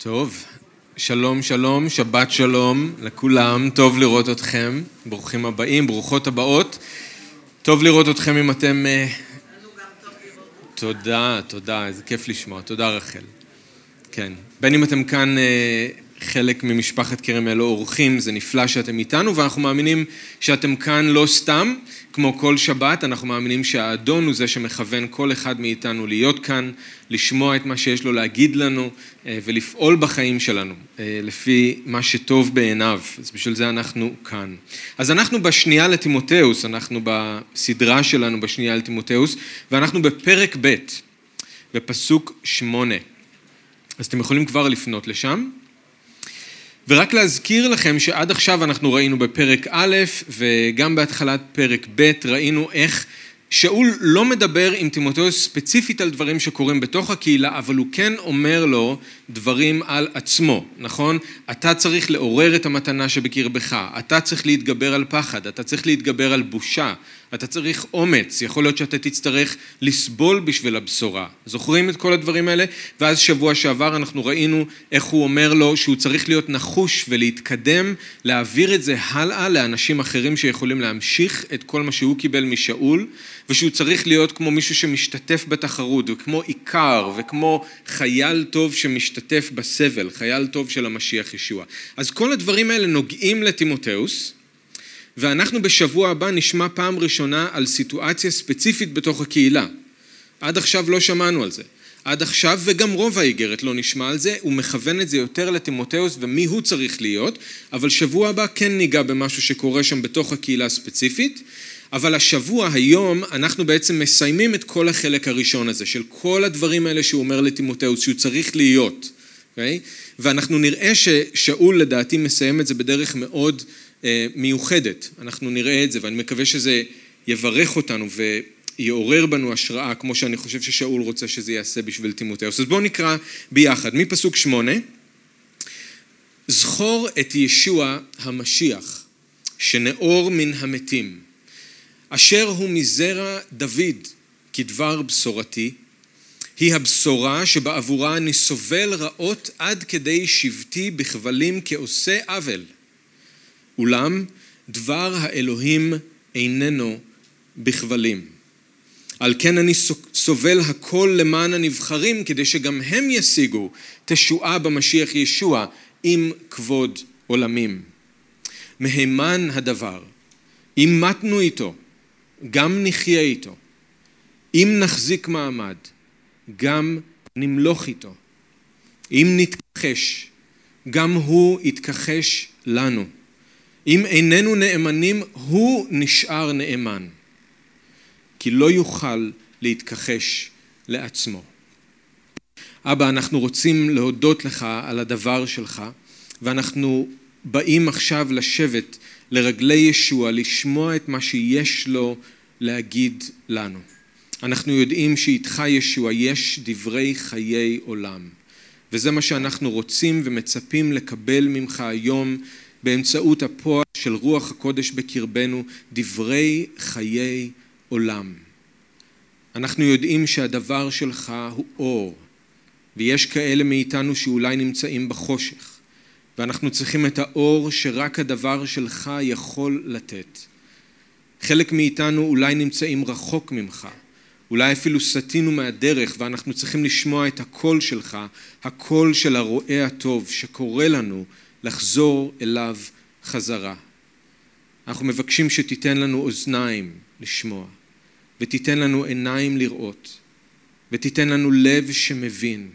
טוב, שלום שלום, שבת שלום לכולם, טוב לראות אתכם, ברוכים הבאים, ברוכות הבאות, טוב לראות אתכם אם אתם... תודה, איזה כיף לשמוע, תודה רחל. כן, בין אם אתם כאן חלק ממשפחת כרמל או אורחים, זה נפלא שאתם איתנו, ואנחנו מאמינים שאתם כאן לא סתם, כמו כל שבת, אנחנו מאמינים שהאדון הוא זה שמכוון כל אחד מאיתנו להיות כאן, לשמוע את מה שיש לו להגיד לנו, ולפעול בחיים שלנו, לפי מה שטוב בעיניו. אז בשביל זה אנחנו כאן. אז אנחנו בשנייה לתימותאוס, אנחנו בסדרה שלנו בשנייה לתימותאוס, ואנחנו בפרק ב', בפסוק 8. אז אתם יכולים כבר לפנות לשם. ורק להזכיר לכם שעד עכשיו אנחנו ראינו בפרק א' וגם בהתחלת פרק ב' ראינו איך שאול לא מדבר עם תימותאוס ספציפית על דברים שקורים בתוך הקהילה, אבל הוא כן אומר לו דברים על עצמו, נכון? אתה צריך לעורר את המתנה שבקרבך, אתה צריך להתגבר על פחד, אתה צריך להתגבר על בושה, אתה צריך אומץ, יכול להיות שאתה תצטרך לסבול בשביל הבשורה. זוכרים את כל הדברים האלה? ואז שבוע שעבר אנחנו ראינו איך הוא אומר לו שהוא צריך להיות נחוש ולהתקדם, להעביר את זה הלאה לאנשים אחרים שיכולים להמשיך את כל מה שהוא קיבל משאול, ושהוא צריך להיות כמו מישהו שמשתתף בתחרות, וכמו עיקר, וכמו חייל טוב שמשתתף בסבל, חייל טוב של המשיח ישוע. אז כל הדברים האלה נוגעים לתימותאוס, ואנחנו בשבוע הבא נשמע פעם ראשונה על סיטואציה ספציפית בתוך הקהילה. עד עכשיו לא שמענו על זה. עד עכשיו, וגם רוב האיגרת לא נשמע על זה, הוא מכוון את זה יותר לתימותאוס ומי הוא צריך להיות, אבל שבוע הבא כן ניגע במשהו שקורה שם בתוך הקהילה הספציפית, אבל השבוע, היום, אנחנו בעצם מסיימים את כל החלק הראשון הזה, של כל הדברים האלה שהוא אומר לתימותאוס, שהוא צריך להיות. Okay? ואנחנו נראה ששאול לדעתי מסיים את זה בדרך מאוד מיוחדת. אנחנו נראה את זה, ואני מקווה שזה יברך אותנו ויעורר בנו השראה, כמו שאני חושב ששאול רוצה שזה יעשה בשביל תימותאוס. אז בואו נקרא ביחד, מפסוק 8. זכור את ישוע המשיח, שנאור מן המתים, אשר הוא מזרע דוד, כדבר בשורתי, היא הבשורה שבעבורה אני סובל רעות עד כדי שבטי בכבלים כעושה עוול. אולם דבר האלוהים איננו בכבלים. על כן אני סובל הכל למען הנבחרים, כדי שגם הם ישיגו תשועה במשיח ישוע עם כבוד עולמים. מהימן הדבר, אם מתנו איתו, גם נחיה איתו. אם נחזיק מעמד, גם נמלוך איתו. אם נתכחש, גם הוא יתכחש לנו. אם איננו נאמנים, הוא נשאר נאמן. כי לא יוכל להתכחש לעצמו. אבא, אנחנו רוצים להודות לך על הדבר שלך, ואנחנו באים עכשיו לשבת לרגלי ישוע, לשמוע את מה שיש לו להגיד לנו. אנחנו יודעים שאיתך ישוע יש דברי חיי עולם. וזה מה שאנחנו רוצים ומצפים לקבל ממך היום, באמצעות הפועל של רוח הקודש בקרבנו, דברי חיי עולם. אנחנו יודעים שהדבר שלך הוא אור, ויש כאלה מאיתנו שאולי נמצאים בחושך. ואנחנו צריכים את האור שרק הדבר שלך יכול לתת. חלק מאיתנו אולי נמצאים רחוק ממך, אולי אפילו סטינו מהדרך, ואנחנו צריכים לשמוע את הקול שלך, הקול של הרועה הטוב שקורא לנו לחזור אליו חזרה. אנחנו מבקשים שתיתן לנו אוזניים לשמוע, ותיתן לנו עיניים לראות, ותיתן לנו לב שמבין,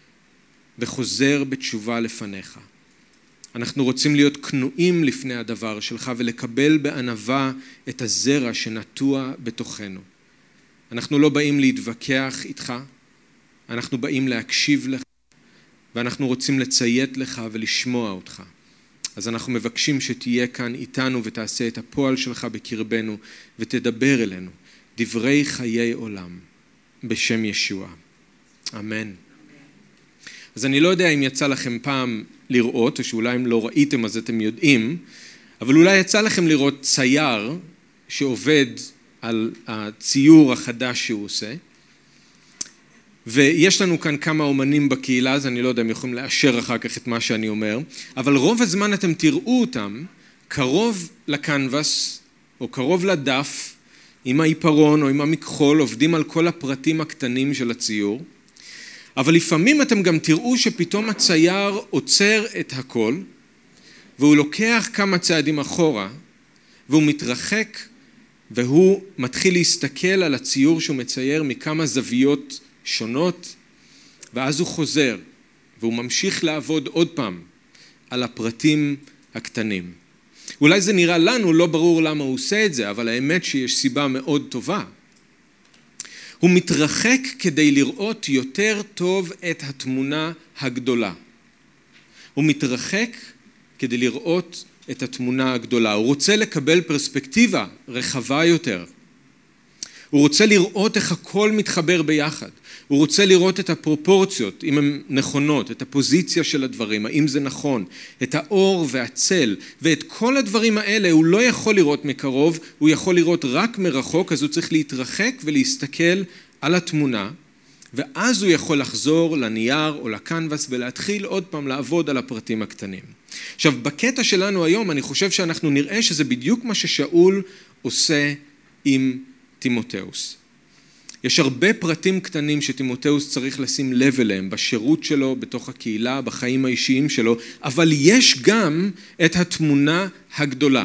וחוזר בתשובה לפניך. אנחנו רוצים להיות כנועים לפני הדבר שלך ולקבל בענווה את הזרע שנטוע בתוכנו. אנחנו לא באים להתווכח איתך, אנחנו באים להקשיב לך, ואנחנו רוצים לציית לך ולשמוע אותך. אז אנחנו מבקשים שתהיה כאן איתנו ותעשה את הפועל שלך בקרבנו ותדבר אלינו. דברי חיי עולם בשם ישוע. אמן. אז אני לא יודע אם יצא לכם פעם לראות, או שאולי אם לא ראיתם אז אתם יודעים, אבל אולי יצא לכם לראות צייר שעובד על הציור החדש שהוא עושה. ויש לנו כאן כמה אומנים בקהילה, אז אני לא יודע אם יכולים לאשר אחר כך את מה שאני אומר, אבל רוב הזמן אתם תראו אותם קרוב לקנבס, או קרוב לדף, עם העיפרון או עם המכחול, עובדים על כל הפרטים הקטנים של הציור, אבל לפעמים אתם גם תראו שפתאום הצייר עוצר את הכל, והוא לוקח כמה צעדים אחורה, והוא מתרחק, והוא מתחיל להסתכל על הציור שהוא מצייר מכמה זוויות שונות, ואז הוא חוזר, והוא ממשיך לעבוד עוד פעם על הפרטים הקטנים. אולי זה נראה לנו, לא ברור למה הוא עושה את זה, אבל האמת שיש סיבה מאוד טובה. הוא מתרחק כדי לראות יותר טוב את התמונה הגדולה. הוא מתרחק כדי לראות את התמונה הגדולה. הוא רוצה לקבל פרספקטיבה רחבה יותר. הוא רוצה לראות איך הכל מתחבר ביחד. הוא רוצה לראות את הפרופורציות, אם הן נכונות, את הפוזיציה של הדברים, האם זה נכון, את האור והצל, ואת כל הדברים האלה הוא לא יכול לראות מקרוב, הוא יכול לראות רק מרחוק, אז הוא צריך להתרחק ולהסתכל על התמונה, ואז הוא יכול לחזור לנייר או לקנבס ולהתחיל עוד פעם לעבוד על הפרטים הקטנים. עכשיו, בקטע שלנו היום אני חושב שאנחנו נראה שזה בדיוק מה ששאול עושה עם תימותאוס. יש הרבה פרטים קטנים שתימותאוס צריך לשים לב אליהם בשירות שלו, בתוך הקהילה, בחיים האישיים שלו, אבל יש גם את התמונה הגדולה.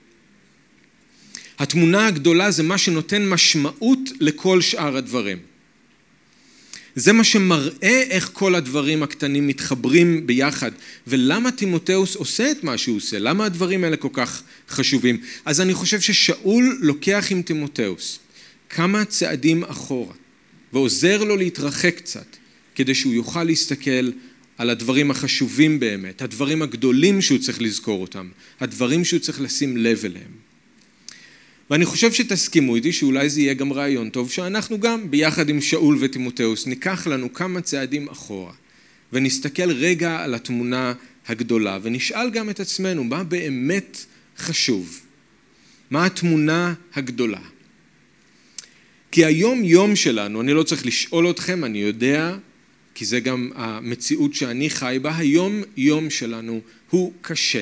התמונה הגדולה זה מה שנותן משמעות לכל שאר הדברים. זה מה שמראה איך כל הדברים הקטנים מתחברים ביחד, ולמה תימותאוס עושה את מה שהוא עושה, למה הדברים האלה כל כך חשובים. אז אני חושב ששאול לוקח עם תימותאוס כמה צעדים אחורה, ועוזר לו להתרחק קצת, כדי שהוא יוכל להסתכל על הדברים החשובים באמת, הדברים הגדולים שהוא צריך לזכור אותם, הדברים שהוא צריך לשים לב אליהם. ואני חושב שתסכימו איתי שאולי זה יהיה גם רעיון טוב, שאנחנו גם ביחד עם שאול ותימותאוס ניקח לנו כמה צעדים אחורה, ונסתכל רגע על התמונה הגדולה, ונשאל גם את עצמנו מה באמת חשוב, מה התמונה הגדולה. כי היום יום שלנו, אני לא צריך לשאול אתכם, אני יודע, כי זה גם המציאות שאני חי בה, היום יום שלנו הוא קשה.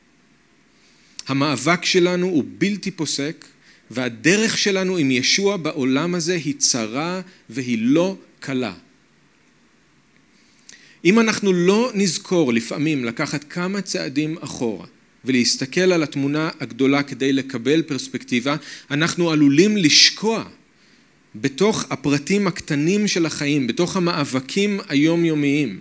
המאבק שלנו הוא בלתי פוסק, והדרך שלנו עם ישוע בעולם הזה היא צרה והיא לא קלה. אם אנחנו לא נזכור לפעמים לקחת כמה צעדים אחורה, ולהסתכל על התמונה הגדולה כדי לקבל פרספקטיבה, אנחנו עלולים לשקוע בתוך הפרטים הקטנים של החיים, בתוך המאבקים היומיומיים,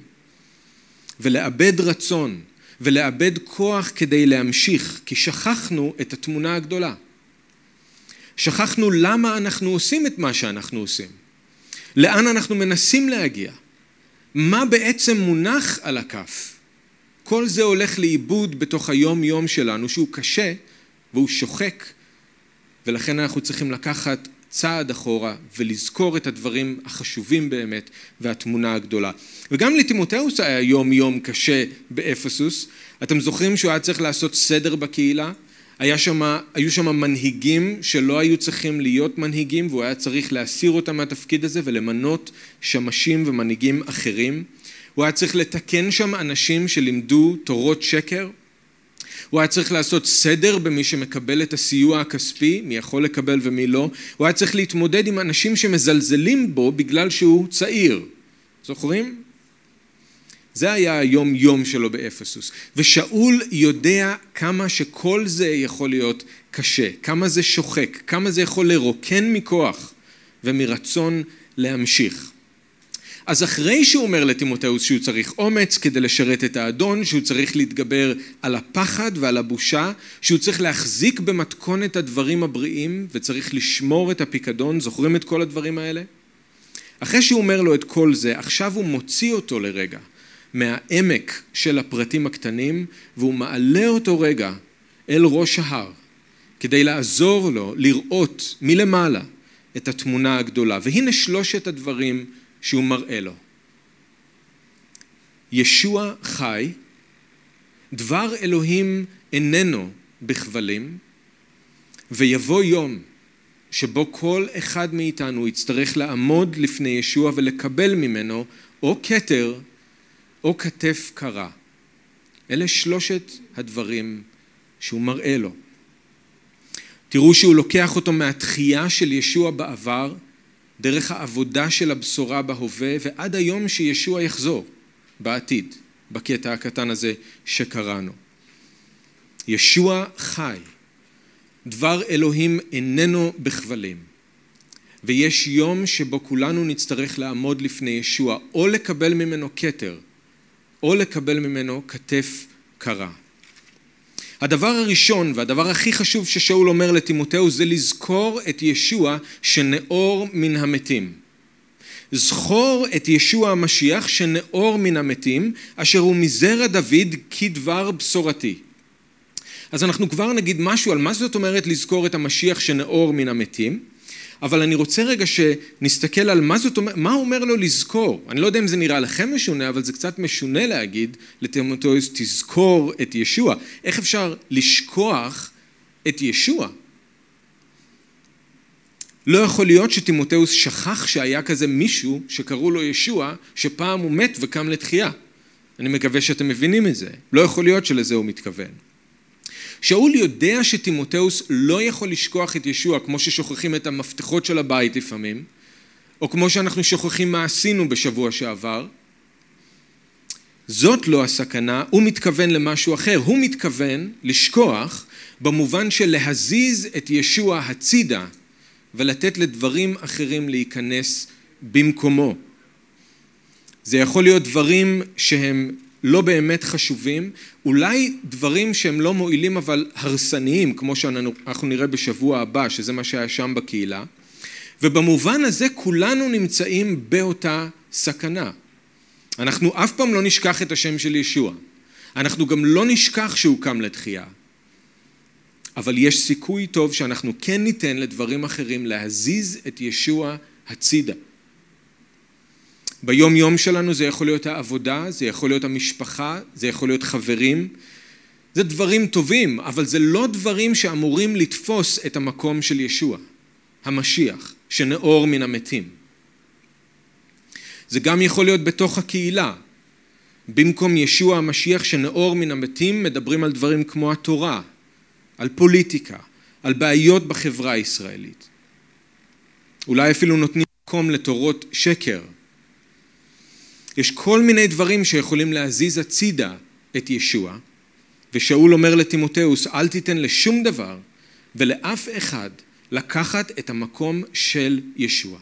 ולאבד רצון, ולאבד כוח כדי להמשיך, כי שכחנו את התמונה הגדולה. שכחנו למה אנחנו עושים את מה שאנחנו עושים. לאן אנחנו מנסים להגיע. מה בעצם מונח על הכף. כל זה הולך לאיבוד בתוך היום-יום שלנו, שהוא קשה והוא שוחק, ולכן אנחנו צריכים לקחת צעד אחורה ולזכור את הדברים החשובים באמת והתמונה הגדולה. וגם לתימותאוס היה יום קשה באפסוס. אתם זוכרים שהוא היה צריך לעשות סדר בקהילה? היו שם מנהיגים שלא היו צריכים להיות מנהיגים, והוא היה צריך להסיר אותם מהתפקיד הזה ולמנות שמשים ומנהיגים אחרים. הוא היה צריך לתקן שם אנשים שלימדו תורות שקר. הוא היה צריך לעשות סדר במי שמקבל את הסיוע הכספי, מי יכול לקבל ומי לא. הוא היה צריך להתמודד עם אנשים שמזלזלים בו בגלל שהוא צעיר. זוכרים? זה היה היום שלו באפסוס. ושאול יודע כמה שכל זה יכול להיות קשה, כמה זה שוחק, כמה זה יכול לרוקן מכוח ומרצון להמשיך. אז אחרי שהוא אומר לתימותאוס שהוא צריך אומץ כדי לשרת את האדון, שהוא צריך להתגבר על הפחד ועל הבושה, שהוא צריך להחזיק במתכונת הדברים הבריאים וצריך לשמור את הפיקדון, זוכרים את כל הדברים האלה? אחרי שהוא אומר לו את כל זה, עכשיו הוא מוציא אותו לרגע מהעמק של הפרטים הקטנים, והוא מעלה אותו רגע אל ראש ההר, כדי לעזור לו לראות מלמעלה את התמונה הגדולה. והנה שלושת הדברים שהוא מראה לו. ישוע חי, דבר אלוהים איננו בכבלים, ויבוא יום שבו כל אחד מאיתנו יצטרך לעמוד לפני ישוע ולקבל ממנו או כתר או כתף קרה. אלה שלושת הדברים שהוא מראה לו. תראו שהוא לוקח אותו מהתחייה של ישוע בעבר, דרך העבודה של הבשורה בהווה, ועד היום שישוע יחזור בעתיד, בקטע הקטן הזה שקראנו. ישוע חי. דבר אלוהים איננו בכבלים. ויש יום שבו כולנו נצטרך לעמוד לפני ישוע, או לקבל ממנו כתר, או לקבל ממנו כתף קרה. הדבר הראשון והדבר הכי חשוב ששאול אומר לתימותאוס זה לזכור את ישוע שנאור מן המתים. זכור את ישוע המשיח שנאור מן המתים, אשר הוא מזרע דוד כדבר בשורתי. אז אנחנו כבר נגיד משהו על מה זאת אומרת לזכור את המשיח שנאור מן המתים, אבל אני רוצה רגע שנסתכל על מה הוא אומר לו לזכור. אני לא יודע אם זה נראה לכם משונה, אבל זה קצת משונה להגיד לתימותאוס תזכור את ישוע. איך אפשר לשכוח את ישוע? לא יכול להיות שתימותאוס שכח שהיה כזה מישהו שקראו לו ישוע, שפעם הוא מת וקם לתחייה. אני מקווה שאתם מבינים את זה. לא יכול להיות שלזה הוא מתכוון. שאול יודע שתימותאוס לא יכול לשכוח את ישוע, כמו ששוכחים את המפתחות של הבית לפעמים, או כמו שאנחנו שוכחים מה עשינו בשבוע שעבר. זאת לא הסכנה, הוא מתכוון למשהו אחר. הוא מתכוון לשכוח במובן של להזיז את ישוע הצידה, ולתת לדברים אחרים להיכנס במקומו. זה יכול להיות דברים שהם לא באמת חשובים, אולי דברים שהם לא מועילים אבל הרסניים, כמו שאנחנו נראה בשבוע הבא, שזה מה שהיה שם בקהילה, ובמובן הזה כולנו נמצאים באותה סכנה. אנחנו אף פעם לא נשכח את השם של ישוע, אנחנו גם לא נשכח שהוא קם לתחייה, אבל יש סיכוי טוב שאנחנו כן ניתן לדברים אחרים להזיז את ישוע הצידה. ביום יום שלנו זה יכול להיות העבודה, זה יכול להיות המשפחה, זה יכול להיות חברים. זה דברים טובים, אבל זה לא דברים שאמורים לתפוס את המקום של ישוע, המשיח, שנאור מן המתים. זה גם יכול להיות בתוך הקהילה. במקום ישוע המשיח שנאור מן המתים, מדברים על דברים כמו התורה, על פוליטיקה, על בעיות בחברה הישראלית. אולי אפילו נותנים מקום לתורות שקר. יש כל מיני דברים שיכולים להזיז הצידה את ישוע, ושאול אומר לתימותאוס, אל תיתן לשום דבר ולאף אחד לקחת את המקום של ישוע.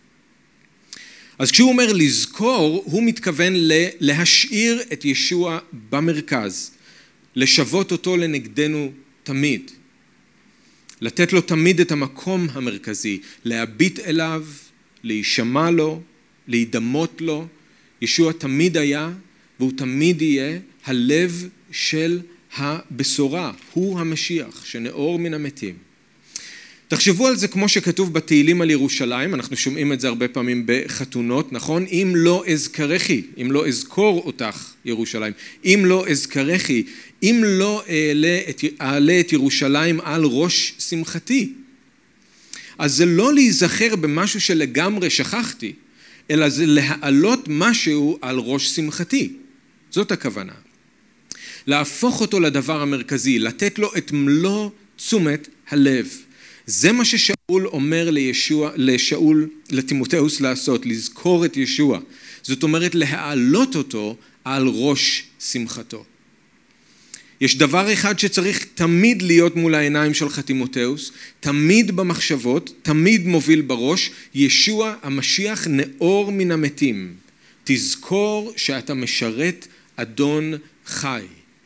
אז כשהוא אומר לזכור, הוא מתכוון להשאיר את ישוע במרכז, לשוות אותו לנגדנו תמיד, לתת לו תמיד את המקום המרכזי, להביט אליו, להישמע לו, להידמות לו. ישוע תמיד היה והוא תמיד יהיה הלב של הבשורה, הוא המשיח שנאור מן המתים. תחשבו על זה כמו שכתוב בתהילים על ירושלים, אנחנו שומעים את זה הרבה פעמים בחתונות, נכון? אם לא אזכרכי, אם לא אזכור אותך ירושלים, אם לא אזכרכי, אם לא אעלה את ירושלים על ראש שמחתי. אז זה לא להיזכר במשהו שלגמרי שכחתי, אלא זה להעלות משהו על ראש שמחתי. זאת הכוונה. להפוך אותו לדבר המרכזי, לתת לו את מלוא תשומת הלב. זה מה ששאול אומר לתימותאוס לעשות, לזכור את ישוע. זאת אומרת להעלות אותו על ראש שמחתו. יש דבר אחד שצריך תמיד להיות מול העיניים שלך תימותאוס, תמיד במחשבות, תמיד מוביל בראש, ישוע המשיח נאור מן המתים. תזכור שאתה משרת אדון חי.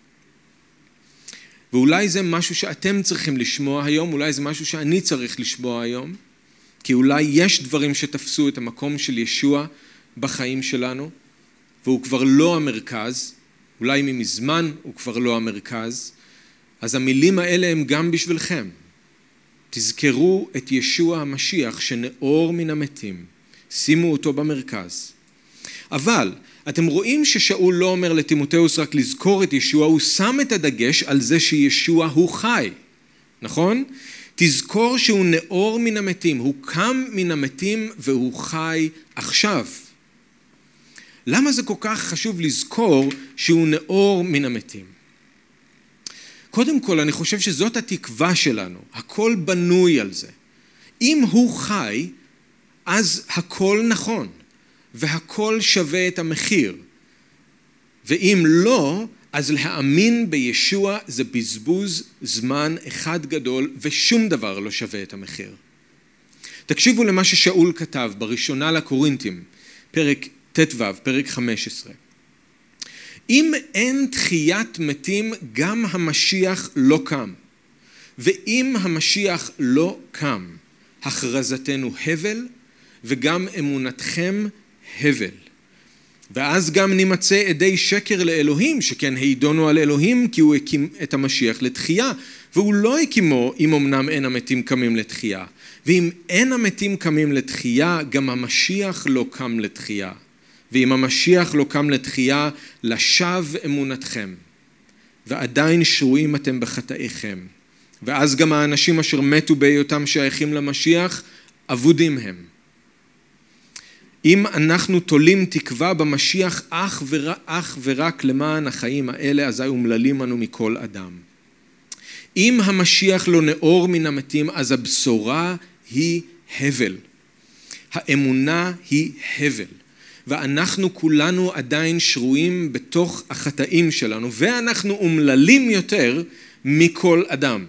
ואולי זה משהו שאתם צריכים לשמוע היום, אולי זה משהו שאני צריך לשמוע היום, כי אולי יש דברים שתפסו את המקום של ישוע בחיים שלנו, והוא כבר לא המרכז, אולי ממזמן הוא כבר לא המרכז, אז המילים האלה הם גם בשבילכם. תזכרו את ישוע המשיח שנאור מן המתים, שימו אותו במרכז. אבל אתם רואים ששאול לא אומר לתימותאוס רק לזכור את ישוע, הוא שם את הדגש על זה שישוע הוא חי, נכון? תזכור שהוא נאור מן המתים, הוא קם מן המתים והוא חי עכשיו. למה זה כל כך חשוב לזכור שהוא נאור מן המתים? קודם כל, אני חושב שזאת התקווה שלנו, הכל בנוי על זה. אם הוא חי, אז הכל נכון, והכל שווה את המחיר. ואם לא, אז להאמין בישוע זה בזבוז זמן אחד גדול, ושום דבר לא שווה את המחיר. תקשיבו למה ששאול כתב בראשונה לקורינתים, פרק ט"ו, פרק 15. אם אין תחיית מתים, גם המשיח לא קם. ואם המשיח לא קם, הכרזתנו הבל, וגם אמונתכם הבל. ואז גם נמצא עדי שקר לאלוהים, שכן העידונו על אלוהים, כי הוא הקים את המשיח לתחייה, והוא לא הקימו אם אמנם אין המתים קמים לתחייה. ואם אין המתים קמים לתחייה, גם המשיח לא קם לתחייה. ואם המשיח לא קם לתחייה, לשווא אמונתכם. ועדיין שרויים אתם בחטאיכם. ואז גם האנשים אשר מתו בהיותם שייכים למשיח, אבודים הם. אם אנחנו תולים תקווה במשיח אך ורק למען החיים האלה, אזי אומללים אנו מכל אדם. אם המשיח לא נאור מן המתים, אז הבשורה היא הבל. האמונה היא הבל. ואנחנו כולנו עדיין שרויים בתוך החטאים שלנו, ואנחנו אומללים יותר מכל אדם.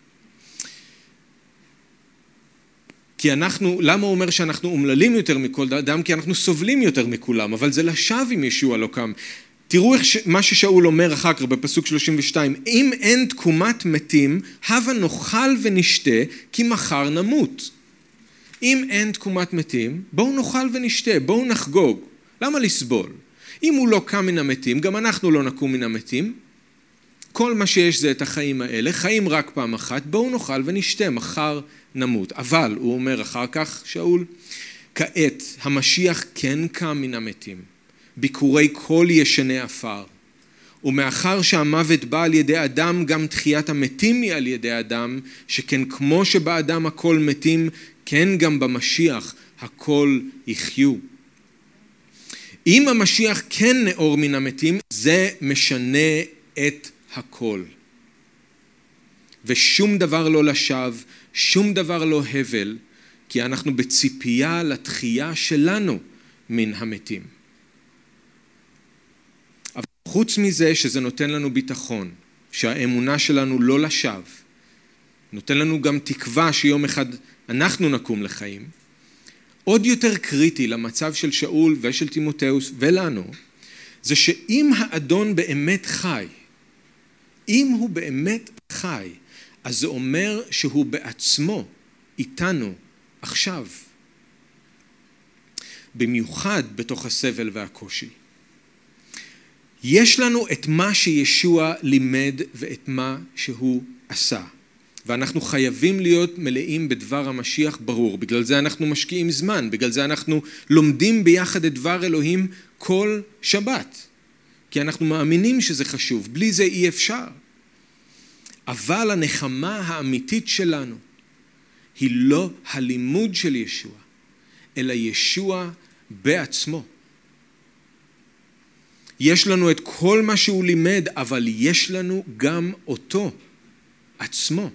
כי למה הוא אומר שאנחנו אומללים יותר מכל אדם? כי אנחנו סובלים יותר מכולם, אבל זה לשווא אם ישוע לא קם. תראו מה ששאול אומר אחר כך בפסוק 32, אם אין תקומת מתים, הבה נאכל ונשתה, כי מחר נמות. אם אין תקומת מתים, בואו נאכל ונשתה, בואו נחגוג. למה לסבול? אם הוא לא קם מן המתים, גם אנחנו לא נקום מן המתים. כל מה שיש זה את החיים האלה, חיים רק פעם אחת, בואו נאכל ונשתה, מחר נמות. אבל, הוא אומר אחר כך, שאול, כעת המשיח כן קם מן המתים, ביקורי כל ישני אפר. ומאחר שהמוות בא על ידי אדם, גם תחיית המתים היא על ידי אדם, שכן כמו שבאדם הכל מתים, כן גם במשיח הכל יחיו. אם המשיח כן נאור מן המתים, זה משנה את הכל. ושום דבר לא לשווא, שום דבר לא הבל, כי אנחנו בציפייה לתחייה שלנו מן המתים. אבל חוץ מזה שזה נותן לנו ביטחון, שהאמונה שלנו לא לשווא, נותן לנו גם תקווה שיום אחד אנחנו נקום לחיים. עוד יותר קריטי למצב של שאול ושל תימותאוס ולנו, זה שאם האדון באמת חי, אם הוא באמת חי, אז זה אומר שהוא בעצמו איתנו עכשיו. במיוחד בתוך הסבל והקושי. יש לנו את מה שישוע לימד ואת מה שהוא עשה. ואנחנו חייבים להיות מלאים בדבר המשיח ברור. בגלל זה אנחנו משקיעים זמן, בגלל זה אנחנו לומדים ביחד את דבר אלוהים כל שבת. כי אנחנו מאמינים שזה חשוב, בלי זה אי אפשר. אבל הנחמה האמיתית שלנו היא לא הלימוד של ישוע, אלא ישוע בעצמו. יש לנו את כל מה שהוא לימד, אבל יש לנו גם אותו עצמו.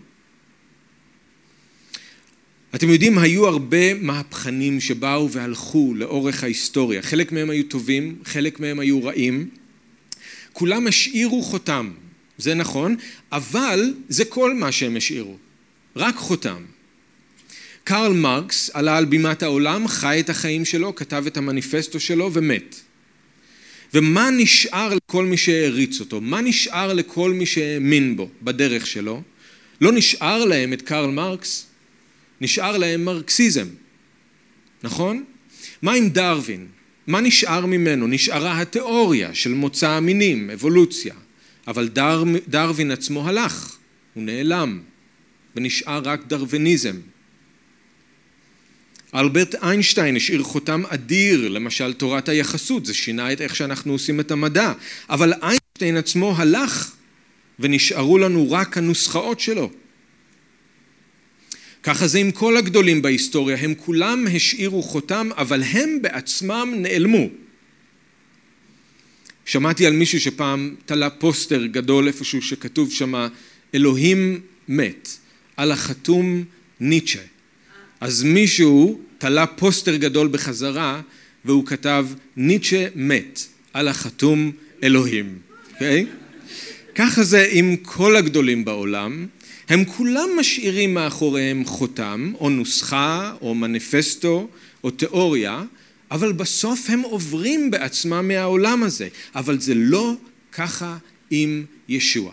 אתם יודעים, היו הרבה מהפכנים שבאו והלכו לאורך ההיסטוריה. חלק מהם היו טובים, חלק מהם היו רעים. כולם השאירו חותם, זה נכון, אבל זה כל מה שהם השאירו. רק חותם. קרל מרקס עלה על בימת העולם, חי את החיים שלו, כתב את המניפסטו שלו ומת. ומה נשאר לכל מי שהריץ אותו? מה נשאר לכל מי שהאמין בו בדרך שלו? לא נשאר להם את קרל מרקס, נשאר להם מרקסיזם. נכון? מה עם דרווין? מה נשאר ממנו? נשארה התיאוריה של מוצא המינים, אבולוציה. אבל דרווין עצמו הלך, הוא נעלם, ונשאר רק דרוויניזם. אלברט איינשטיין השאיר חותם אדיר, למשל תורת היחסות, זה שינה את איך שאנחנו עושים את המדע. אבל איינשטיין עצמו הלך, ונשארו לנו רק הנוסחאות שלו. ככה זה עם כל הגדולים בהיסטוריה, הם כולם השאירו חותם, אבל הם בעצמם נעלמו. שמעתי על מישהו שפעם תלה פוסטר גדול איפשהו שכתוב שמה, אלוהים מת, על החתום ניטשה. אז מישהו תלה פוסטר גדול בחזרה, והוא כתב, ניטשה מת, על החתום אלוהים. Okay? ככה זה עם כל הגדולים בעולם, הם כולם משאירים מאחוריהם חותם, או נוסחה, או מניפסטו, או תיאוריה, אבל בסוף הם עוברים בעצמם מהעולם הזה. אבל זה לא ככה עם ישוע.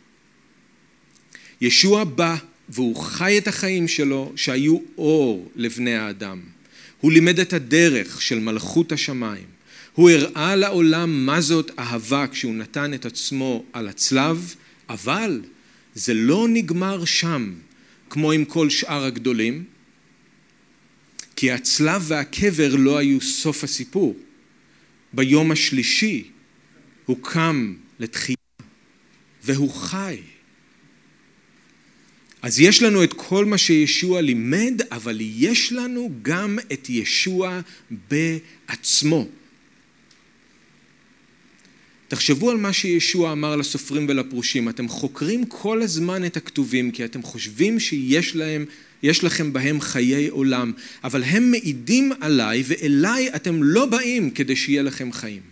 ישוע בא והוא חי את החיים שלו שהיו אור לבני האדם. הוא לימד את הדרך של מלכות השמיים. הוא הראה לעולם מה זאת אהבה כשהוא נתן את עצמו על הצלב, אבל זה לא נגמר שם כמו עם כל שאר הגדולים, כי הצלב והקבר לא היו סוף הסיפור. ביום השלישי הוא קם לתחייה והוא חי. אז יש לנו את כל מה שישוע לימד, אבל יש לנו גם את ישוע בעצמו. תחשבו על מה שישוע אמר לסופרים ולפרושים. אתם חוקרים כל הזמן את הכתובים, כי אתם חושבים יש לכם בהם חיי עולם, אבל הם מעידים עליי, ואליי אתם לא באים כדי שיהיה לכם חיים.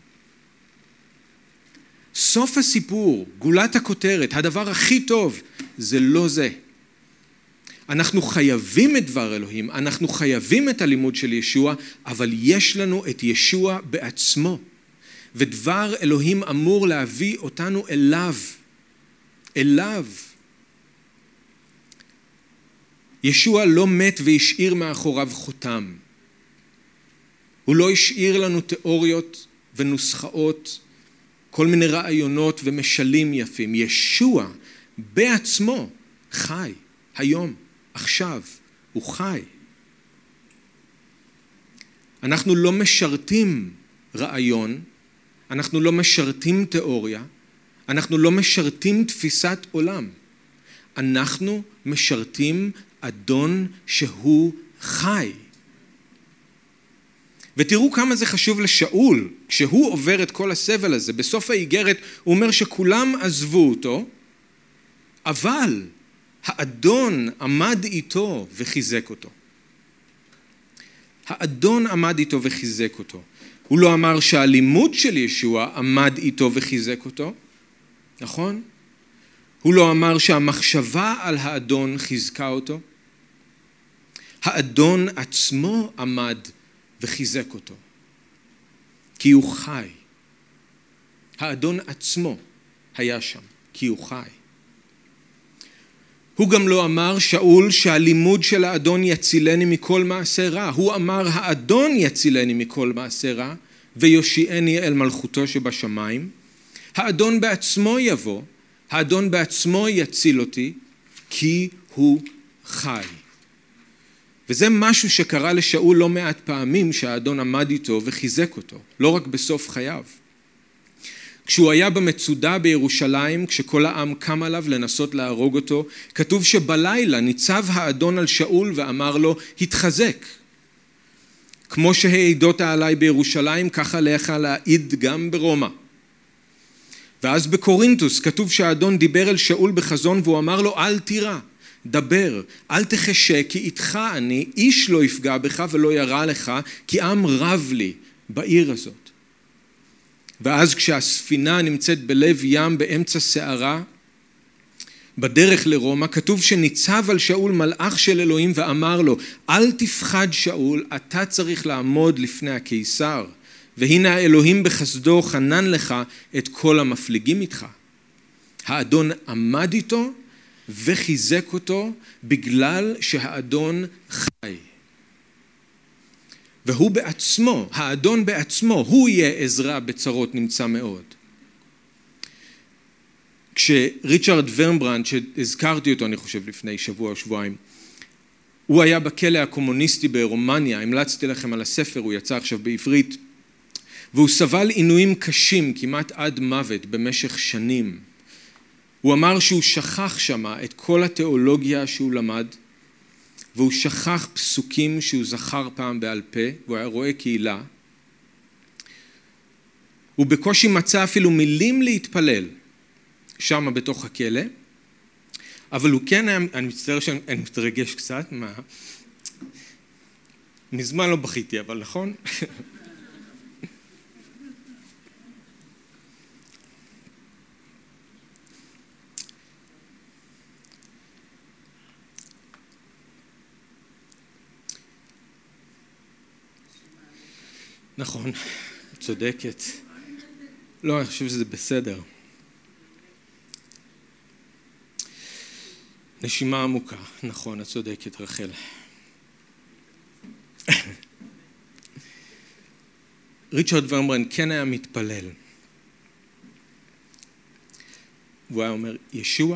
סוף הסיפור, גולת הכותרת, הדבר הכי טוב, זה לא זה. אנחנו חייבים את דבר אלוהים, אנחנו חייבים את הלימוד של ישוע, אבל יש לנו את ישוע בעצמו. ודבר אלוהים אמור להביא אותנו אליו. ישוע לא מת והשאיר מאחוריו חותם. הוא לא השאיר לנו תיאוריות ונוסחאות, כל מיני רעיונות ומשלים יפים. ישוע בעצמו חי, היום, עכשיו, הוא חי. אנחנו לא משרתים רעיון, אנחנו לא משרתים תיאוריה, אנחנו לא משרתים תפיסת עולם. אנחנו משרתים אדון שהוא חי. ותראו כמה זה חשוב לשאול, כשהוא עובר את כל הסבל הזה, בסוף האיגרת הוא אומר שכולם עזבו אותו, אבל האדון עמד איתו וחיזק אותו. האדון עמד איתו וחיזק אותו. הוא לא אמר שהלימוד של ישוע עמד איתו וחיזק אותו, נכון? הוא לא אמר שהמחשבה על האדון חיזקה אותו. האדון עצמו עמד וחיזק אותו, כי הוא חי. האדון עצמו היה שם, כי הוא חי. הוא גם לא אמר, שאול, שהלימוד של האדון יצילני מכל מעשה רע. הוא אמר, האדון יצילני מכל מעשה רע, ויושיעני אל מלכותו שבשמיים. האדון בעצמו יבוא, האדון בעצמו יציל אותי, כי הוא חי. וזה משהו שקרה לשאול לא מעט פעמים, שהאדון עמד איתו וחיזק אותו, לא רק בסוף חייו. כשהוא היה במצודה בירושלים, כשכל העם קם עליו לנסות להרוג אותו, כתוב שבלילה ניצב האדון על שאול ואמר לו, התחזק. כמו שהעידות עליי בירושלים, ככה לך להעיד גם ברומא. ואז בקורינתוס כתוב שהאדון דיבר אל שאול בחזון, והוא אמר לו, אל תירא, דבר, אל תחשה, כי איתך אני, איש לא יפגע בך ולא ירע לך, כי עם רב לי בעיר הזאת. ואז כשהספינה נמצאת בלב ים באמצע סערה, בדרך לרומא, כתוב שניצב על שאול מלאך של אלוהים ואמר לו, אל תפחד שאול, אתה צריך לעמוד לפני הקיסר, והנה האלוהים בחסדו חנן לך את כל המפליגים איתך. האדון עמד איתו וחיזק אותו בגלל שהאדון חי. והוא בעצמו, האדון בעצמו, הוא יהיה עזרה בצרות נמצא מאוד. כשריצ'רד ורמברנד, שהזכרתי אותו אני חושב לפני שבוע או שבועיים, הוא היה בכלא הקומוניסטי ברומניה, המלצתי לכם על הספר, הוא יצא עכשיו בעברית, והוא סבל עינויים קשים כמעט עד מוות במשך שנים. הוא אמר שהוא שכח שמה את כל התיאולוגיה שהוא למד, והוא שכח פסוקים שהוא זכר פעם בעל פה, והוא היה רואה קהילה. הוא בקושי מצא אפילו מילים להתפלל שם בתוך הכלא, אבל הוא כן היה, אני מצטער שאני מתרגש קצת, מזמן לא בכיתי, אבל נכון? נכון, צודקת. לא, אני חושב שזה בסדר. נשימה עמוקה, נכון, את צודקת, רחל. ריצ'רד ורמברנד כן היה מתפלל. והוא היה אומר, ישוע,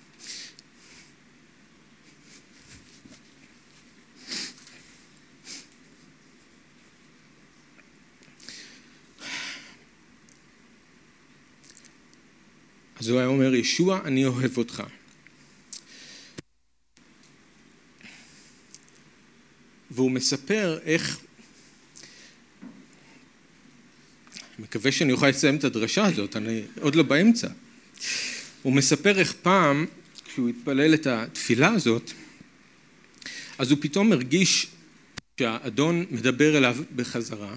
אז הוא היה אומר, ישוע, אני אוהב אותך. והוא מספר איך, מקווה שאני אוכל לסיים את הדרשה הזאת, אני עוד לא באמצע. הוא מספר איך פעם, כשהוא התפלל את התפילה הזאת, אז הוא פתאום הרגיש שהאדון מדבר אליו בחזרה,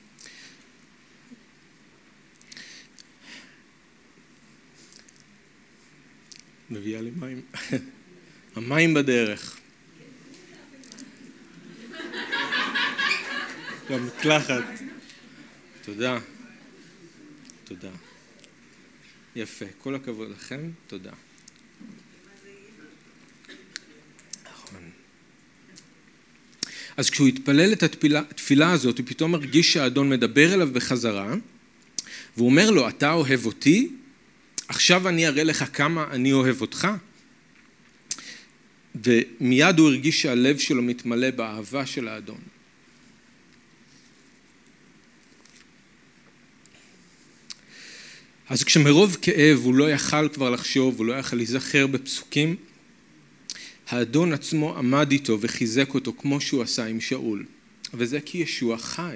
מביאה לי מים. המים בדרך. למקלחת. תודה. תודה. יפה. כל הכבוד לכם. תודה. נכון. אז כשהוא התפלל את התפילה הזאת, הוא פתאום הרגיש שהאדון מדבר אליו בחזרה, והוא אומר לו, אתה אוהב אותי? עכשיו אני אראה לך כמה אני אוהב אותך. ומיד הוא הרגיש שהלב שלו מתמלא באהבה של האדון. אז כשמרוב כאב הוא לא יכל כבר לחשוב, הוא לא יכל להיזכר בפסוקים, האדון עצמו עמד איתו וחיזק אותו כמו שהוא עשה עם שאול. וזה כי ישוע חי.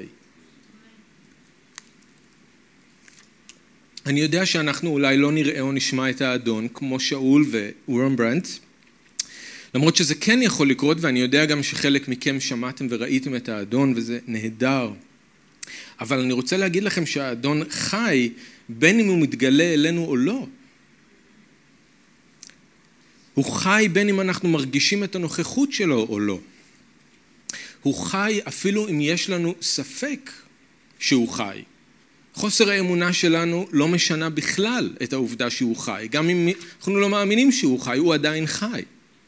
אני יודע שאנחנו אולי לא נראה או נשמע את האדון כמו שאול ווורמברנד, למרות שזה כן יכול לקרות, ואני יודע גם שחלק מכם שמעתם וראיתם את האדון, וזה נהדר. אבל אני רוצה להגיד לכם שהאדון חי, בין אם הוא מתגלה אלינו או לא. הוא חי בין אם אנחנו מרגישים את הנוכחות שלו או לא. הוא חי אפילו אם יש לנו ספק שהוא חי. חוסר האמונה שלנו לא משנה בכלל את העובדה שהוא חי. גם אם אנחנו לא מאמינים שהוא חי, הוא עדיין חי.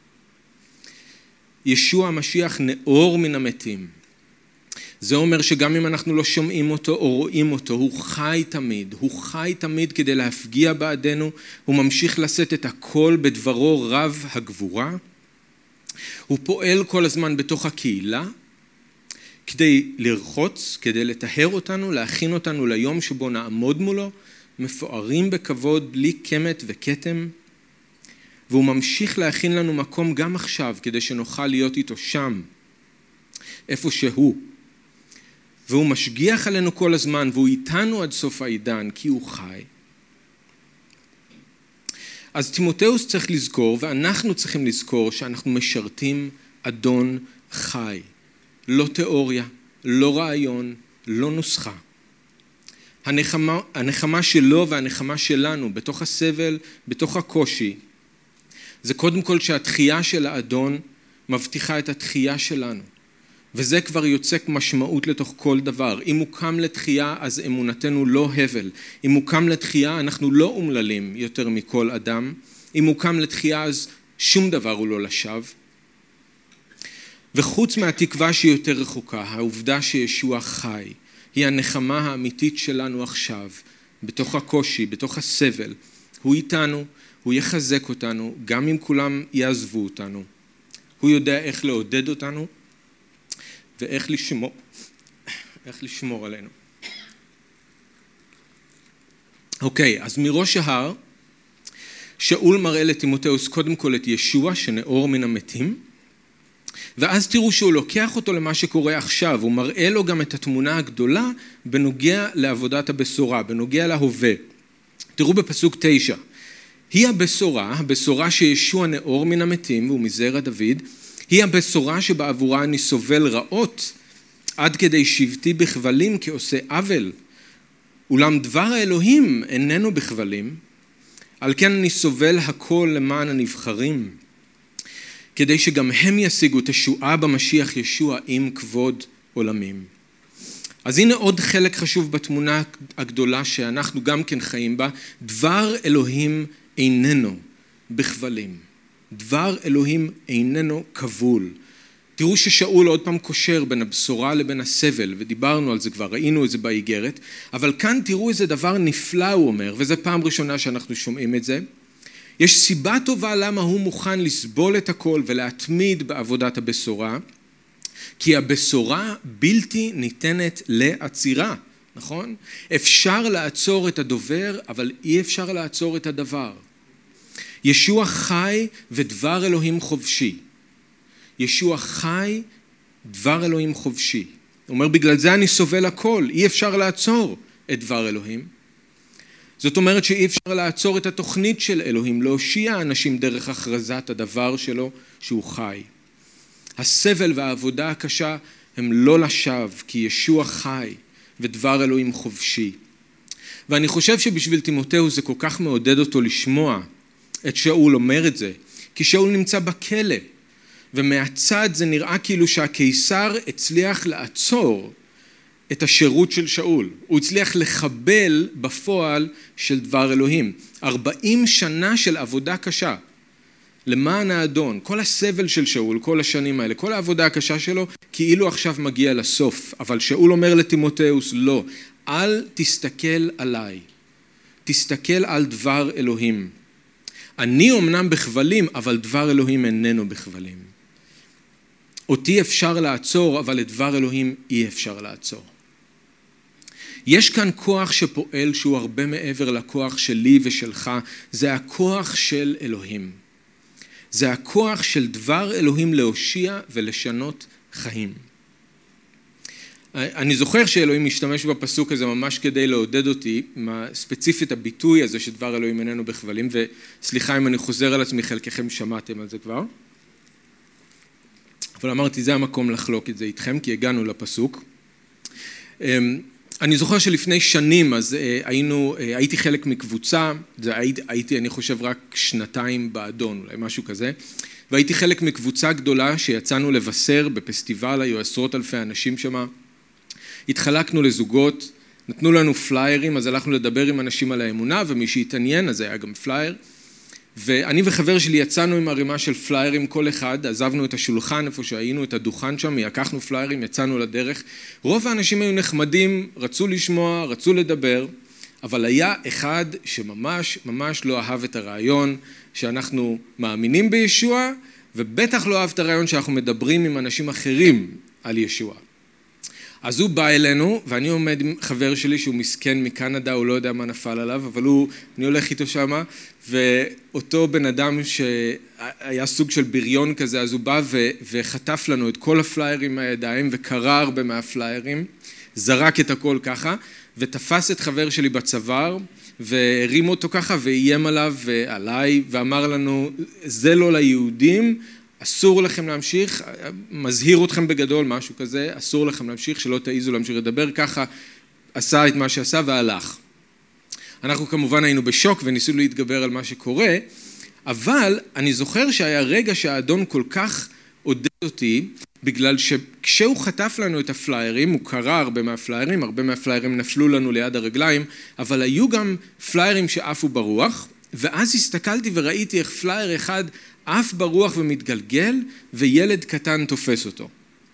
ישוע המשיח נאור מן המתים. זה אומר שגם אם אנחנו לא שומעים אותו או רואים אותו, הוא חי תמיד. הוא חי תמיד כדי להפגיע בעדנו. הוא ממשיך לשאת את הכל בדברו רב הגבורה. הוא פועל כל הזמן בתוך הקהילה, כדי לרחוץ, כדי לטהר אותנו, להכין אותנו ליום שבו נעמוד מולו, מפוארים בכבוד, בלי קמת וכתם. והוא ממשיך להכין לנו מקום גם עכשיו, כדי שנוכל להיות איתו שם, איפה שהוא. והוא משגיח עלינו כל הזמן, והוא איתנו עד סוף העידן, כי הוא חי. אז תימותאוס צריך לזכור, ואנחנו צריכים לזכור, שאנחנו משרתים אדון חי. לא תיאוריה, לא רעיון, לא נוסחה. הנחמה שלו והנחמה שלנו, בתוך הסבל, בתוך הקושי, זה קודם כל שהתחייה של האדון מבטיחה את התחייה שלנו. וזה כבר יוצק משמעות לתוך כל דבר. אם הוא קם לתחייה, אז אמונתנו לא הבל. אם הוא קם לתחייה, אנחנו לא אומללים יותר מכל אדם. אם הוא קם לתחייה, אז שום דבר הוא לא לשווא. וחוץ מהתקווה שהיא יותר רחוקה, העובדה שישוע חי, היא הנחמה האמיתית שלנו עכשיו, בתוך הקושי, בתוך הסבל. הוא איתנו, הוא יחזק אותנו, גם אם כולם יעזבו אותנו. הוא יודע איך לעודד אותנו, ואיך לשמור עלינו. אוקיי, אז מראש ההר, שאול מראה לתימותאוס קודם כל את ישוע שנאור מן המתים, ואז תראו שהוא לוקח אותו למה שקורה עכשיו, הוא מראה לו גם את התמונה הגדולה בנוגע לעבודת הבשורה, בנוגע להווה. תראו בפסוק 9, היא הבשורה שישוע נאור מן המתים והוא מזרע דוד, היא הבשורה שבעבורה אני סובל רעות, עד כדי שבטי בכבלים כעושה עוול, אולם דבר האלוהים איננו בכבלים, על כן אני סובל הכל למען הנבחרים, כדי שגם הם ישיגו תשועה במשיח ישוע עם כבוד עולמים. אז הנה עוד חלק חשוב בתמונה הגדולה שאנחנו גם כן חיים בה, דבר אלוהים איננו בכבלים. דבר אלוהים איננו כבול. תראו ששאול עוד פעם קושר בין הבשורה לבין הסבל, ודיברנו על זה כבר, ראינו את זה באיגרת, אבל כאן תראו איזה דבר נפלא הוא אומר, וזו פעם ראשונה שאנחנו שומעים את זה. יש סיבה טובה למה הוא מוכן לסבול את הכל ולהתמיד בעבודת הבשורה, כי הבשורה בלתי ניתנת לעצירה, נכון? אפשר לעצור את הדובר, אבל אי אפשר לעצור את הדבר. ישוע חי ודבר אלוהים חופשי. ישוע חי, דבר אלוהים חופשי. הוא אומר, בגלל זה אני סובל הכל, אי אפשר לעצור את דבר אלוהים. זאת אומרת שאי אפשר לעצור את התוכנית של אלוהים, להושיע אנשים דרך הכרזת הדבר שלו שהוא חי. הסבל והעבודה הקשה הם לא לשווא, כי ישוע חי ודבר אלוהים חופשי. ואני חושב שבשביל תימותאוס זה כל כך מעודד אותו לשמוע את שאול אומר את זה, כי שאול נמצא בכלא, ומהצד זה נראה כאילו שהקיסר הצליח לעצור את השירות של שאול. הוא הצליח לחבל בפועל של דבר אלוהים. 40 שנה של עבודה קשה. למען האדון, כל הסבל של שאול, כל השנים האלה, כל העבודה הקשה שלו, כאילו עכשיו מגיע לסוף. אבל שאול אומר לתימותאוס, לא, אל תסתכל עליי. תסתכל על דבר אלוהים. אני אמנם בכבלים, אבל דבר אלוהים איננו בכבלים. אותי אפשר לעצור, אבל את דבר אלוהים אי אפשר לעצור. יש כאן כוח שפועל שהוא הרבה מעבר לכוח שלי ושלך, זה הכוח של אלוהים. זה הכוח של דבר אלוהים להושיע ולשנות חיים. אני זוכר שאלוהים משתמש בפסוק הזה ממש כדי לעודד אותי, ספציפית הביטוי הזה שדבר אלוהים איננו בכבלים, וסליחה אם אני חוזר על עצמי, חלקכם שמעתם על זה כבר. אבל אמרתי, זה המקום לחלוק את זה איתכם, כי הגענו לפסוק. אני זוכר שלפני שנים, אז הייתי חלק מקבוצה, הייתי אני חושב רק 2 באדון, אולי משהו כזה, והייתי חלק מקבוצה גדולה שיצאנו לבשר בפסטיבל, היו עשרות אלפי אנשים שם, התחלקנו לזוגות, נתנו לנו פליירים, אז הלכנו לדבר עם אנשים על האמונה, ומי שהתעניין, אז היה גם פלייר, ואני וחבר שלי יצאנו עם ערימה של פליירים כל אחד, עזבנו את השולחן איפה שהיינו, את הדוכן שם, לקחנו פליירים, יצאנו לדרך. רוב האנשים היו נחמדים, רצו לשמוע, רצו לדבר, אבל היה אחד שממש ממש לא אהב את הרעיון שאנחנו מאמינים בישוע, ובטח לא אהב את הרעיון שאנחנו מדברים עם אנשים אחרים על ישוע. אז הוא בא אלינו, ואני עומד עם חבר שלי שהוא מסכן מקנדה, הוא לא יודע מה נפל עליו, אבל אני הולך איתו שם, ואותו בן אדם שהיה סוג של בריון כזה, אז הוא בא וחטף לנו את כל הפליירים מהידיים, וקרא הרבה מהפליירים, זרק את הכל ככה, ותפס את חבר שלי בצוואר, והרים אותו ככה, ואיים עליו ועליי, ואמר לנו, זה לא ליהודים, אסור לכם להמשיך, מזהיר אתכם בגדול, משהו כזה, אסור לכם להמשיך, שלא תעיזו להמשיך לדבר, ככה עשה את מה שעשה והלך. אנחנו כמובן היינו בשוק וניסינו להתגבר על מה שקורה, אבל אני זוכר שהיה רגע שהאדון כל כך עודד אותי, בגלל שכשהוא חטף לנו את הפליירים, הוא קרא הרבה מהפליירים נפלו לנו ליד הרגליים, אבל היו גם פליירים שעפו ברוח, ואז הסתכלתי וראיתי איך פלייר אחד עף ברוח ומתגלגל, וילד קטן תופס אותו.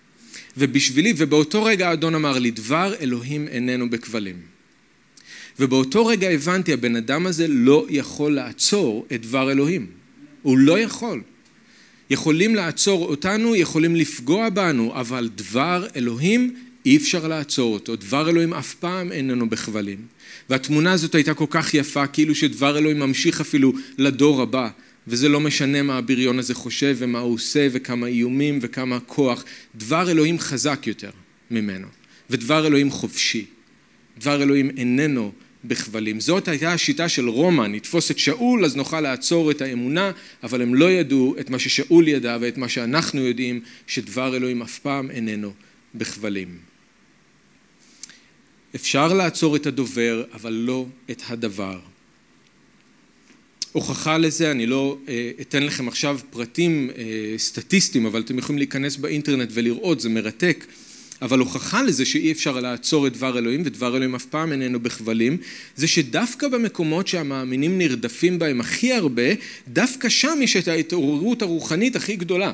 ובאותו רגע האדון אמר לי, דבר אלוהים איננו בכבלים. ובאותו רגע הבנתי, הבן אדם הזה לא יכול לעצור את דבר אלוהים. הוא לא יכול. יכולים לעצור אותנו, יכולים לפגוע בנו, אבל דבר אלוהים אי אפשר לעצור אותו. דבר אלוהים אף פעם איננו בכבלים. והתמונה הזאת הייתה כל כך יפה, כאילו שדבר אלוהים ממשיך אפילו לדור הבא. וזה לא משנה מה הבריון הזה חושב ומה הוא עושה וכמה איומים וכמה כוח. דבר אלוהים חזק יותר ממנו, ודבר אלוהים חופשי. דבר אלוהים איננו בכבלים. זאת הייתה השיטה של רומא, נתפוס את שאול אז נוכל לעצור את האמונה, אבל הם לא ידעו את מה ששאול ידע ואת מה שאנחנו יודעים, שדבר אלוהים אף פעם איננו בכבלים. אפשר לעצור את הדובר, אבל לא את הדבר. הוכחה לזה, אני לא אתן לכם עכשיו פרטים סטטיסטיים, אבל אתם יכולים להיכנס באינטרנט ולראות, זה מרתק, אבל הוכחה לזה שאי אפשר לעצור את דבר אלוהים, ודבר אלוהים אף פעם איננו בכבלים, זה שדווקא במקומות שהמאמינים נרדפים בהם הכי הרבה, דווקא שם יש את ההתעוררות הרוחנית הכי גדולה.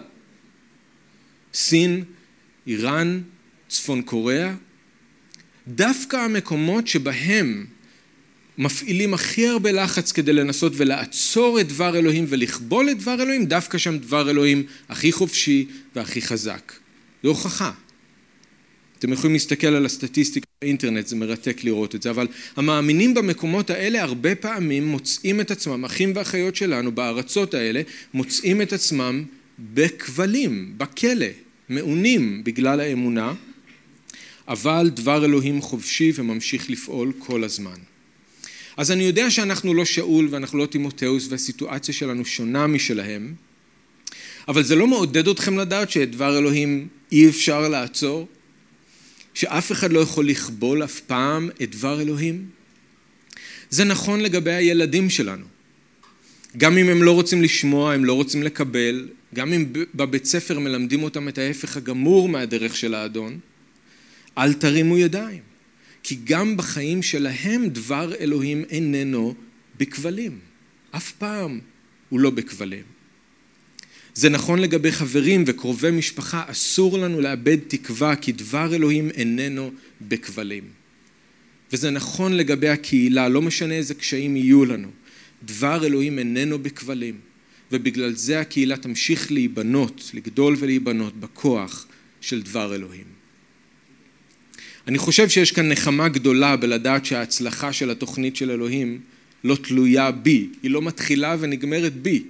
סין, איראן, צפון קוריאה, דווקא המקומות שבהם מפעילים הכי הרבה לחץ כדי לנסות ולעצור את דבר אלוהים ולכבול את דבר אלוהים, דווקא שם דבר אלוהים הכי חופשי והכי חזק. זו הוכחה. אתם יכולים להסתכל על הסטטיסטיקה באינטרנט, זה מרתק לראות את זה, אבל המאמינים במקומות האלה הרבה פעמים מוצאים את עצמם, אחים ואחיות שלנו בארצות האלה, מוצאים את עצמם בכבלים, בכלא, מעונים בגלל האמונה, אבל דבר אלוהים חופשי וממשיך לפעול כל הזמן. אז אני יודע שאנחנו לא שאול ואנחנו לא תימותאוס והסיטואציה שלנו שונה משלהם, אבל זה לא מעודד אתכם לדעת שאת דבר אלוהים אי אפשר לעצור, שאף אחד לא יכול לכבול אף פעם את דבר אלוהים. זה נכון לגבי הילדים שלנו. גם אם הם לא רוצים לשמוע, הם לא רוצים לקבל, גם אם בבית ספר מלמדים אותם את ההפך הגמור מהדרך של האדון, אל תרימו ידיים. כי גם בחיים שלהם דבר אלוהים איננו בכבלים. אף פעם הוא לא בכבלים. זה נכון לגבי חברים וקרובי משפחה, אסור לנו לאבד תקווה כי דבר אלוהים איננו בכבלים. וזה נכון לגבי הקהילה, לא משנה איזה קשיים יהיו לנו. דבר אלוהים איננו בכבלים, ובגלל זה הקהילה תמשיך להיבנות, לגדול ולהיבנות בכוח של דבר אלוהים. אני חושב שיש כאן נחמה גדולה בלדעת שההצלחה של התוכנית של אלוהים לא תלויה בי, היא לא מתחילה ונגמרת בי.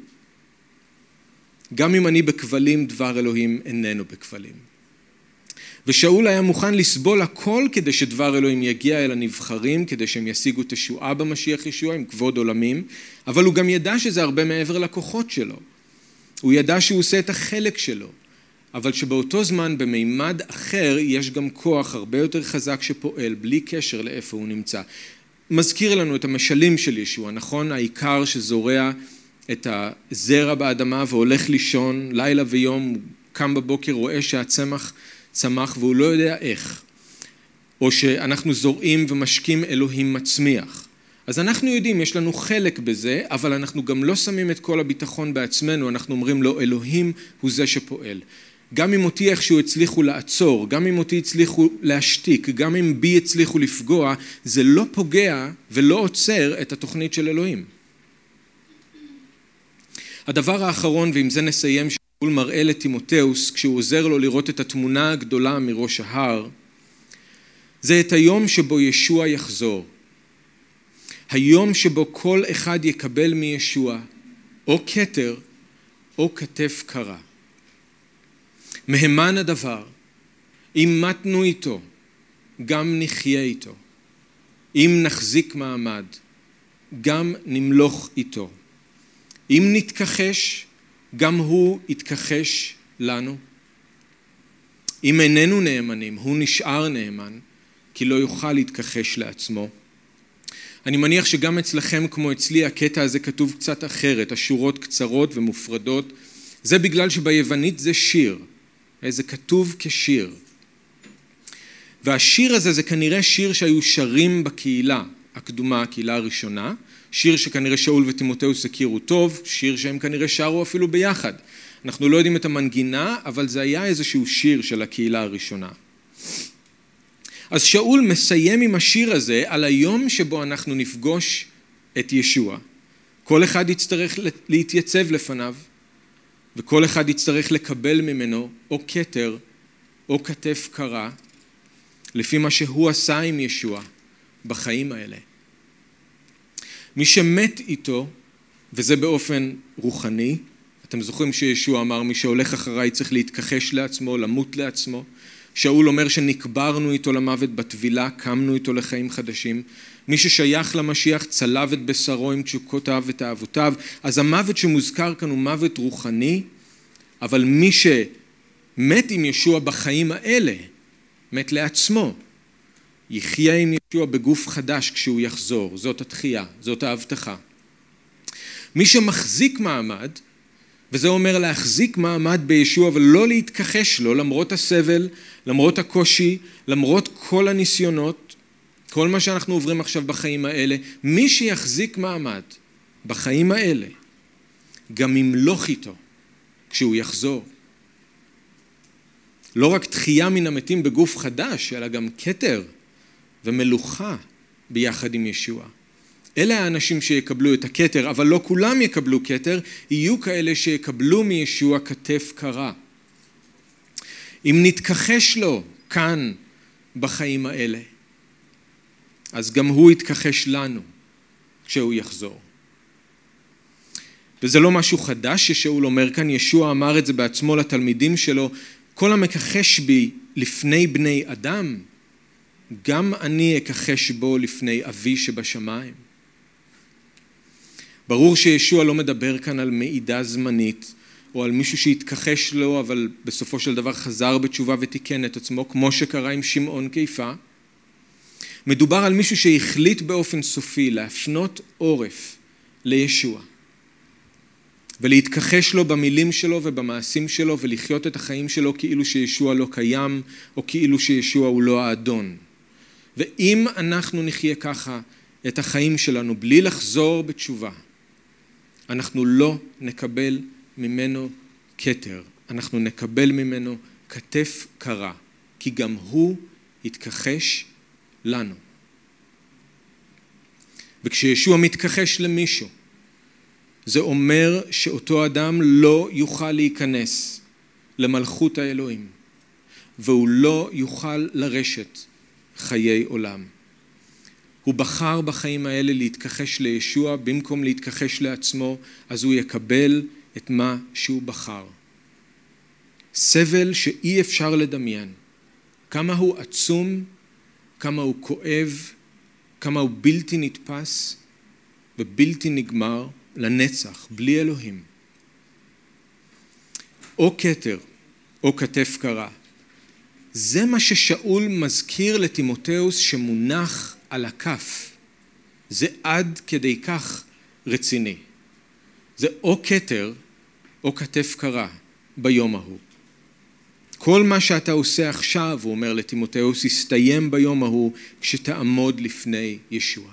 גם אם אני בכבלים, דבר אלוהים איננו בכבלים. ושאול היה מוכן לסבול הכל כדי שדבר אלוהים יגיע אל הנבחרים, כדי שהם ישיגו תשועה במשיח ישוע עם כבוד עולמים, אבל הוא גם ידע שזה הרבה מעבר לכוחות שלו. הוא ידע שהוא עושה את החלק שלו, אבל שבאותו זמן במימד אחר יש גם כוח הרבה יותר חזק שפועל בלי קשר לאיפה הוא נמצא. מזכיר לנו את המשלים של ישוע, נכון? העיקר שזורע את הזרע באדמה והולך לישון לילה ויום, הוא קם בבוקר, רואה שהצמח צמח והוא לא יודע איך. או שאנחנו זורעים ומשקים אלוהים מצמיח. אז אנחנו יודעים, יש לנו חלק בזה, אבל אנחנו גם לא שמים את כל הביטחון בעצמנו, אנחנו אומרים לו, אלוהים הוא זה שפועל. גם אם אותי איכשהו הצליחו לעצור, גם אם אותי הצליחו להשתיק, גם אם בי הצליחו לפגוע, זה לא פוגע ולא עוצר את התוכנית של אלוהים. הדבר האחרון, ועם זה נסיים, שאול מראה לתימותאוס, כשהוא עוזר לו לראות את התמונה הגדולה מראש ההר, זה את היום שבו ישוע יחזור. היום שבו כל אחד יקבל מישוע, או כתר, או כתף קרה. מהימן הדבר, אם מתנו איתו, גם נחיה איתו. אם נחזיק מעמד, גם נמלוך איתו. אם נתכחש, גם הוא יתכחש לנו. אם איננו נאמנים, הוא נשאר נאמן, כי לא יוכל להתכחש לעצמו. אני מניח שגם אצלכם כמו אצלי הקטע הזה כתוב קצת אחרת, השורות קצרות ומופרדות. זה בגלל שביוונית זה שיר, זה כתוב כשיר. והשיר הזה זה כנראה שיר שהיו שרים בקהילה הקדומה, הקהילה הראשונה, שיר שכנראה שאול ותימותאוס הכירו טוב, שיר שהם כנראה שרו אפילו ביחד. אנחנו לא יודעים את המנגינה, אבל זה היה איזשהו שיר של הקהילה הראשונה. אז שאול מסיים עם השיר הזה על היום שבו אנחנו נפגוש את ישוע. כל אחד יצטרך להתייצב לפניו, וכל אחד יצטרך לקבל ממנו או כתר או כתף קרה, לפי מה שהוא עשה עם ישוע בחיים האלה. מי שמת איתו וזה באופן רוחני. אתם זוכרים שישוע אמר, מי שהולך אחריי צריך להתכחש לעצמו, למות לעצמו. שאול אומר שנקברנו איתו למוות בטבילה, קמנו איתו לחיים חדשים. מי ששייך למשיח צלב את בשרו עם תשוקותיו ותאוותיו. אז המוות שמוזכר כאן הוא מוות רוחני, אבל מי שמת עם ישוע בחיים האלה, מת לעצמו. יחיה עם ישוע בגוף חדש כשהוא יחזור. זאת התחייה, זאת ההבטחה. מי שמחזיק מעמד, וזה אומר להחזיק מעמד בישוע ולא להתכחש לו, למרות הסבל, למרות הקושי, למרות כל הניסיונות, כל מה שאנחנו עוברים עכשיו בחיים האלה, מי שיחזיק מעמד בחיים האלה, גם ימלוך איתו כשהוא יחזור. לא רק תחייה מן המתים בגוף חדש, אלא גם כתר ומלוכה ביחד עם ישוע. אלה האנשים שיקבלו את הכתר, אבל לא כולם יקבלו כתר, יהיו כאלה שיקבלו מישוע כתף קרה. אם נתכחש לו כאן בחיים האלה, אז גם הוא יתכחש לנו כשהוא יחזור. וזה לא משהו חדש ששאול אומר כאן, ישוע אמר את זה בעצמו לתלמידים שלו, כל המכחש בי לפני בני אדם, גם אני אכחש בו לפני אבי שבשמיים. ברור שישוע לא מדבר כאן על מעידה זמנית, או על מישהו שהתכחש לו, אבל בסופו של דבר חזר בתשובה ותיקן את עצמו, כמו שקרה עם שמעון קיפה. מדובר על מישהו שהחליט באופן סופי להפנות עורף לישוע, ולהתכחש לו במילים שלו ובמעשים שלו, ולחיות את החיים שלו כאילו שישוע לא קיים, או כאילו שישוע הוא לא האדון. ואם אנחנו נחיה ככה את החיים שלנו בלי לחזור בתשובה, אנחנו לא נקבל ממנו כתר, אנחנו נקבל ממנו כתף קרה, כי גם הוא יתכחש לנו. וכשישוע מתכחש למישהו, זה אומר שאותו אדם לא יוכל להיכנס למלכות האלוהים, והוא לא יוכל לרשת חיי עולם. הוא בחר בחיים האלה להתכחש לישוע, במקום להתכחש לעצמו, אז הוא יקבל את מה שהוא בחר. סבל שאי אפשר לדמיין. כמה הוא עצום, כמה הוא כואב, כמה הוא בלתי נתפס ובלתי נגמר לנצח, בלי אלוהים. או כתר, או כתף קרה. זה מה ששאול מזכיר לתימותאוס שמונח על הכף. זה עד כדי כך רציני. זה או כתר או כתף קרה ביום ההוא. כל מה שאתה עושה עכשיו, הוא אומר לתימותאוס, יסתיים ביום ההוא כשתעמוד לפני ישוע.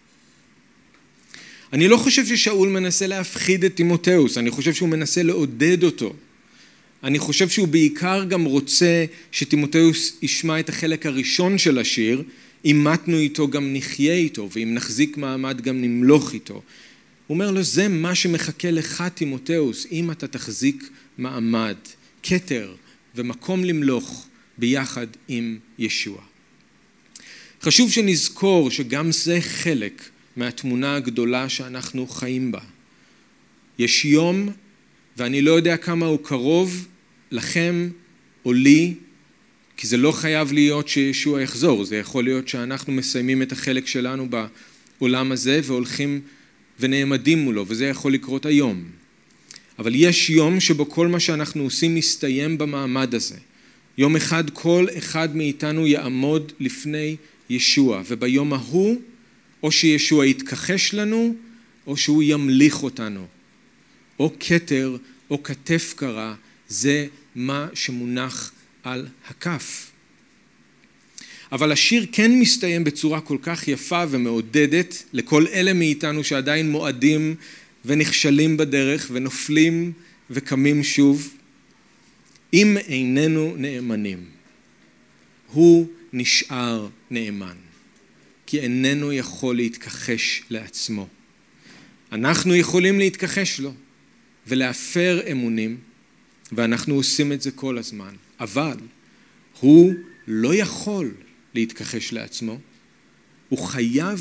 אני לא חושב ששאול מנסה להפחיד את תימותאוס, אני חושב שהוא מנסה לעודד אותו. אני חושב שהוא בעיקר גם רוצה שתימותאוס ישמע את החלק הראשון של השיר, אם מתנו איתו גם נחיה איתו, ואם נחזיק מעמד גם נמלוך איתו. הוא אומר לו, זה מה שמחכה לך תימותאוס, אם אתה תחזיק מעמד, כתר ומקום למלוך ביחד עם ישוע. חשוב שנזכור שגם זה חלק מהתמונה הגדולה שאנחנו חיים בה. יש יום, ואני לא יודע כמה הוא קרוב לכם או לי, כי זה לא חייב להיות שישוע יחזור, זה יכול להיות שאנחנו מסיימים את החלק שלנו בעולם הזה והולכים ונעמדים מולו, וזה יכול לקרות היום. אבל יש יום שבו כל מה שאנחנו עושים מסתיים במעמד הזה. יום אחד כל אחד מאיתנו יעמוד לפני ישוע, וביום ההוא או שישוע יתכחש לנו, או שהוא ימליך אותנו. או כתר או כתף קרה, זה מה שמונח על הכף. אבל השיר כן מסתיים בצורה כל כך יפה ומעודדת לכל אלה מאיתנו שעדיין מועדים ונכשלים בדרך ונופלים וקמים שוב. אם איננו נאמנים, הוא נשאר נאמן, כי איננו יכול להתכחש לעצמו. אנחנו יכולים להתכחש לו ולהפר אמונים, ואנחנו עושים את זה כל הזמן. אבל הוא לא יכול להתכחש לעצמו, הוא חייב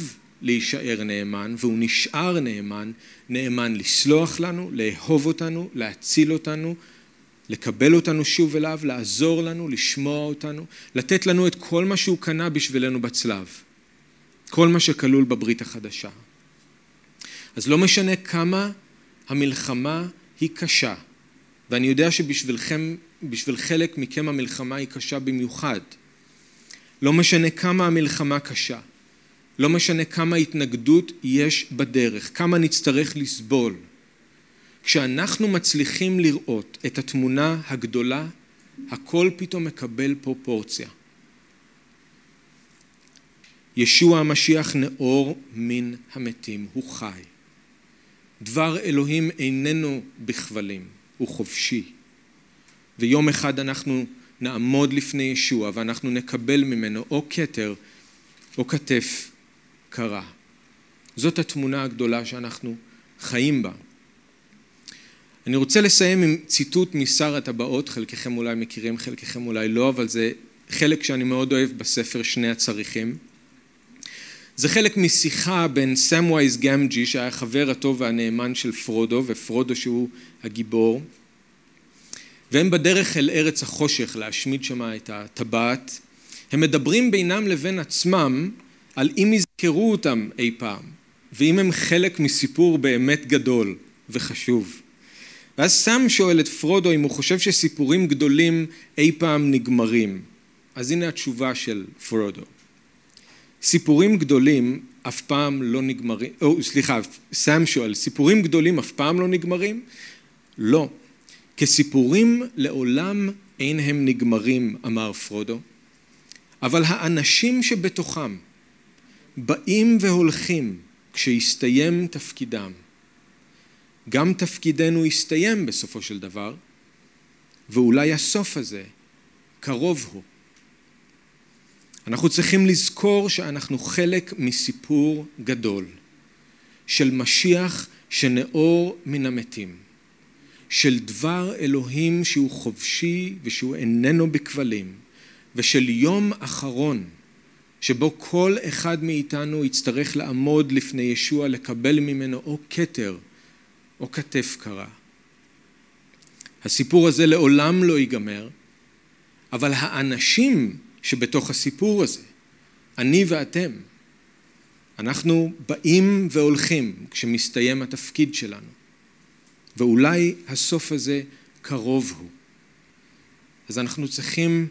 להישאר נאמן, והוא נשאר נאמן, נאמן לסלוח לנו, לאהוב אותנו, להציל אותנו, לקבל אותנו שוב אליו, לעזור לנו, לשמוע אותנו, לתת לנו את כל מה שהוא קנה בשבילנו בצלב, כל מה שכלול בברית החדשה. אז לא משנה כמה המלחמה היא קשה, ואני יודע שבשבילכם, בשביל חלק מכם המלחמה היא קשה במיוחד. לא משנה כמה המלחמה קשה, לא משנה כמה התנגדות יש בדרך, כמה נצטרך לסבול. כשאנחנו מצליחים לראות את התמונה הגדולה, הכל פתאום מקבל פרופורציה. ישוע המשיח נאור מן המתים, הוא חי. דבר אלוהים איננו בכבלים, הוא חופשי. ויום אחד אנחנו נעמוד לפני ישוע ואנחנו נקבל ממנו או כתר או כתף קרה. זאת התמונה הגדולה שאנחנו חיים בה. אני רוצה לסיים עם ציטוט משר הטבעות, חלקכם אולי מכירים, חלקכם אולי לא, אבל זה חלק שאני מאוד אוהב בספר שני הצריכים. זה חלק משיחה בין סמווייז גמג'י, שהיה חבר הטוב והנאמן של פרודו, ופרודו שהוא הגיבור, והם בדרך אל ארץ החושך להשמיד שמה את הטבעת. הם מדברים בינם לבין עצמם על אם יזכרו אותם אי פעם, ואם הם חלק מסיפור באמת גדול וחשוב. ואז סם שואל את פרודו אם הוא חושב שסיפורים גדולים אי פעם נגמרים. אז הנה התשובה של פרודו. סיפורים גדולים אף פעם לא נגמרים, סם שואל, סיפורים גדולים אף פעם לא נגמרים? לא. כסיפורים לעולם אין הם נגמרים, אמר פרודו. אבל האנשים שבתוכם באים והולכים כשיסתיים תפקידם. גם תפקידנו יסתיים בסופו של דבר, ואולי הסוף הזה קרוב הוא. אנחנו צריכים לזכור שאנחנו חלק מסיפור גדול, של משיח שנאור מן המתים, של דבר אלוהים שהוא חופשי ושהוא איננו בכבלים, ושל יום אחרון שבו כל אחד מאיתנו יצטרך לעמוד לפני ישוע, לקבל ממנו או כתר או כתף קרה. הסיפור הזה לעולם לא ייגמר, אבל האנשים שבתוך הסיפור הזה, אני ואתם, אנחנו באים והולכים כשמסתיים התפקיד שלנו, ואולי הסוף הזה קרוב הוא. אז אנחנו צריכים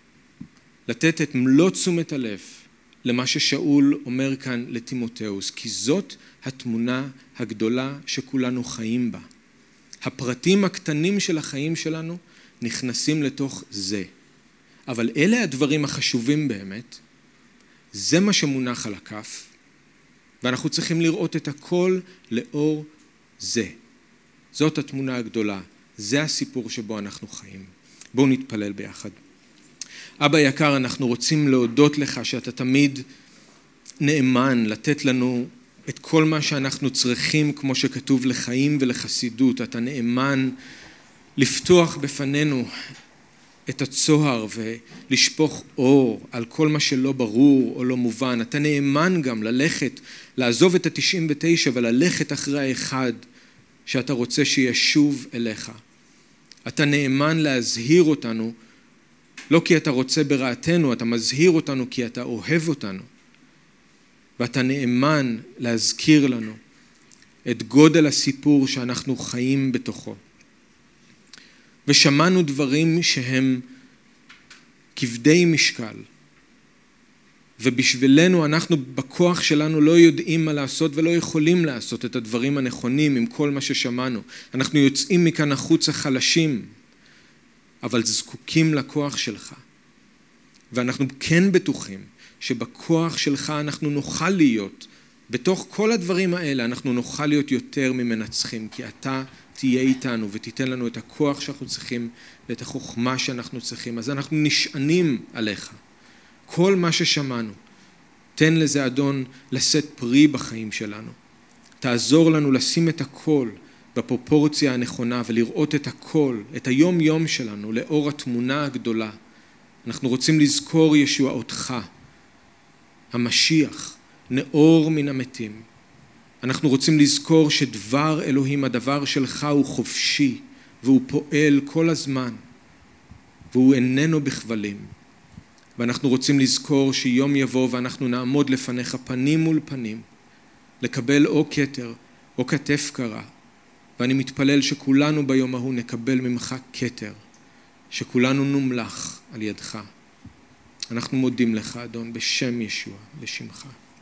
לתת את מלוא תשומת הלב למה ששאול אומר כאן לטימותאוס, כי זאת התמונה הגדולה שכולנו חיים בה. הפרטים הקטנים של החיים שלנו נכנסים לתוך זה. אבל אלה הדברים החשובים באמת, זה מה שמונח על הכף, ואנחנו צריכים לראות את הכל לאור זה. זאת התמונה הגדולה, זה הסיפור שבו אנחנו חיים. בואו נתפלל ביחד. אבא יקר, אנחנו רוצים להודות לך שאתה תמיד נאמן לתת לנו את כל מה שאנחנו צריכים, כמו שכתוב, לחיים ולחסידות. אתה נאמן לפתוח בפנינו את הצוהר ולשפוך אור על כל מה שלא ברור או לא מובן. אתה נאמן גם ללכת, לעזוב את ה-99 וללכת אחרי האחד שאתה רוצה שישוב אליך. אתה נאמן להזהיר אותנו, לא כי אתה רוצה ברעתנו, אתה מזהיר אותנו כי אתה אוהב אותנו. ואתה נאמן להזכיר לנו את גודל הסיפור שאנחנו חיים בתוכו. ושמענו דברים שהם כבדי משקל. ובשבילנו אנחנו בכוח שלנו לא יודעים מה לעשות ולא יכולים לעשות את הדברים הנכונים עם כל מה ששמענו. אנחנו יוצאים מכאן החוצה חלשים, אבל זקוקים לכוח שלך. ואנחנו כן בטוחים שבכוח שלך אנחנו נוכל להיות, בתוך כל הדברים האלה אנחנו נוכל להיות יותר ממנצחים, כי אתה תהיה איתנו ותיתן לנו את הכוח שאנחנו צריכים ואת החוכמה שאנחנו צריכים. אז אנחנו נשענים עליך. כל מה ששמענו, תן לזה אדון לשאת פרי בחיים שלנו. תעזור לנו לשים את הכל בפרופורציה הנכונה ולראות את הכל, את היום יום שלנו, לאור התמונה הגדולה. אנחנו רוצים לזכור ישועותך, המשיח, נאור מן המתים. אנחנו רוצים לזכור שדבר אלוהים, הדבר שלך הוא חופשי, והוא פועל כל הזמן, והוא איננו בכבלים. ואנחנו רוצים לזכור שיום יבוא ואנחנו נעמוד לפניך פנים מול פנים, לקבל או כתר או כתף קרה. ואני מתפלל שכולנו ביום ההוא נקבל ממך כתר, שכולנו נומלך על ידך. אנחנו מודים לך, אדון, בשם ישוע, בשמך.